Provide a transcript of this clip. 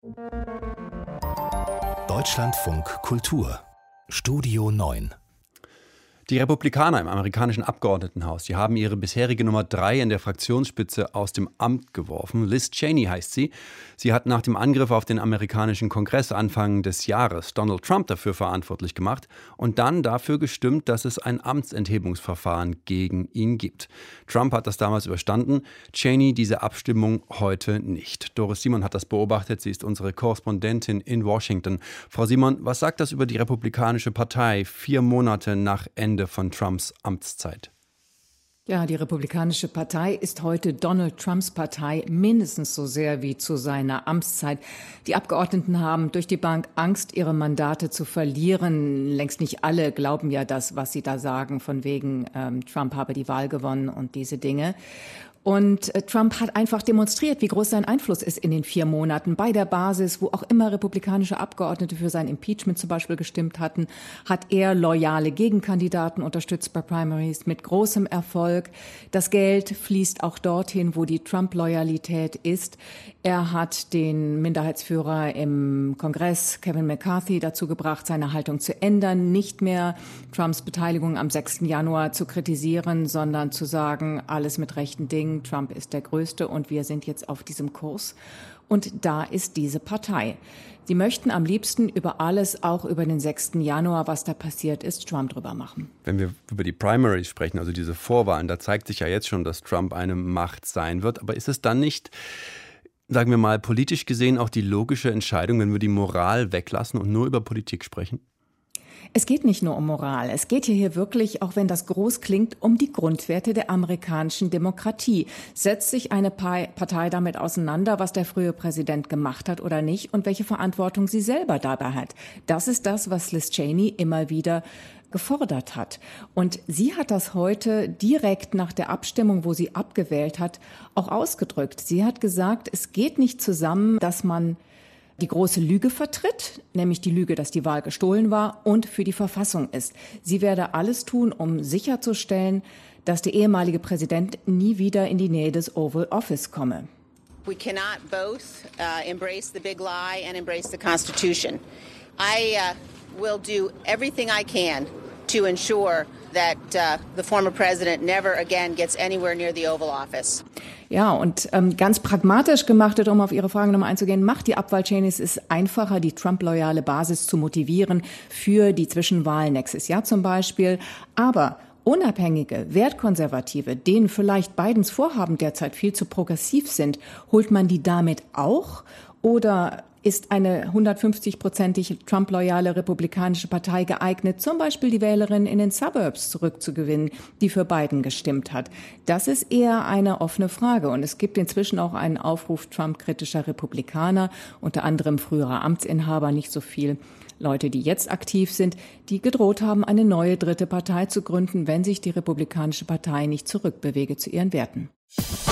Deutschlandfunk Kultur Studio 9. Die Republikaner im amerikanischen Abgeordnetenhaus, die haben ihre bisherige Nummer 3 in der Fraktionsspitze aus dem Amt geworfen. Liz Cheney heißt sie. Sie hat nach dem Angriff auf den amerikanischen Kongress Anfang des Jahres Donald Trump dafür verantwortlich gemacht und dann dafür gestimmt, dass es ein Amtsenthebungsverfahren gegen ihn gibt. Trump hat das damals überstanden, Cheney diese Abstimmung heute nicht. Doris Simon hat das beobachtet. Sie ist unsere Korrespondentin in Washington. Frau Simon, was sagt das über die Republikanische Partei 4 Monate nach Ende von Trumps Amtszeit? Ja, die Republikanische Partei ist heute Donald Trumps Partei mindestens so sehr wie zu seiner Amtszeit. Die Abgeordneten haben durch die Bank Angst, ihre Mandate zu verlieren. Längst nicht alle glauben ja das, was sie da sagen, von wegen Trump habe die Wahl gewonnen und diese Dinge. Und Trump hat einfach demonstriert, wie groß sein Einfluss ist in den 4 Monaten. Bei der Basis, wo auch immer republikanische Abgeordnete für sein Impeachment zum Beispiel gestimmt hatten, hat er loyale Gegenkandidaten unterstützt bei Primaries mit großem Erfolg. Das Geld fließt auch dorthin, wo die Trump-Loyalität ist. Er hat den Minderheitsführer im Kongress, Kevin McCarthy, dazu gebracht, seine Haltung zu ändern, nicht mehr Trumps Beteiligung am 6. Januar zu kritisieren, sondern zu sagen, alles mit rechten Dingen. Trump ist der Größte und wir sind jetzt auf diesem Kurs. Und da ist diese Partei. Sie möchten am liebsten über alles, auch über den 6. Januar, was da passiert ist, Trump drüber machen. Wenn wir über die Primaries sprechen, also diese Vorwahlen, da zeigt sich ja jetzt schon, dass Trump eine Macht sein wird. Aber ist es dann nicht, sagen wir mal, politisch gesehen auch die logische Entscheidung, wenn wir die Moral weglassen und nur über Politik sprechen? Es geht nicht nur um Moral. Es geht hier wirklich, auch wenn das groß klingt, um die Grundwerte der amerikanischen Demokratie. Setzt sich eine Partei damit auseinander, was der frühere Präsident gemacht hat oder nicht und welche Verantwortung sie selber dabei hat? Das ist das, was Liz Cheney immer wieder gefordert hat. Und sie hat das heute direkt nach der Abstimmung, wo sie abgewählt hat, auch ausgedrückt. Sie hat gesagt, es geht nicht zusammen, dass man die große Lüge vertritt, nämlich die Lüge, dass die Wahl gestohlen war und für die Verfassung ist. Sie werde alles tun, um sicherzustellen, dass der ehemalige Präsident nie wieder in die Nähe des Oval Office komme. We cannot both embrace the big lie and embrace the Constitution. I will do everything I can to ensure that the former president never again gets anywhere near the Oval Office. Ja, und ganz pragmatisch gemacht, um auf Ihre Frage nochmal einzugehen, macht die Abwahl Cheneys es einfacher, die Trump-loyale Basis zu motivieren für die Zwischenwahlen nächstes Jahr zum Beispiel. Aber unabhängige, wertkonservative, denen vielleicht Bidens Vorhaben derzeit viel zu progressiv sind, holt man die damit auch? Oder ist eine 150-prozentig Trump-loyale republikanische Partei geeignet, zum Beispiel die Wählerin in den Suburbs zurückzugewinnen, die für Biden gestimmt hat? Das ist eher eine offene Frage. Und es gibt inzwischen auch einen Aufruf Trump-kritischer Republikaner, unter anderem früherer Amtsinhaber, nicht so viel Leute, die jetzt aktiv sind, die gedroht haben, eine neue dritte Partei zu gründen, wenn sich die Republikanische Partei nicht zurückbewege zu ihren Werten.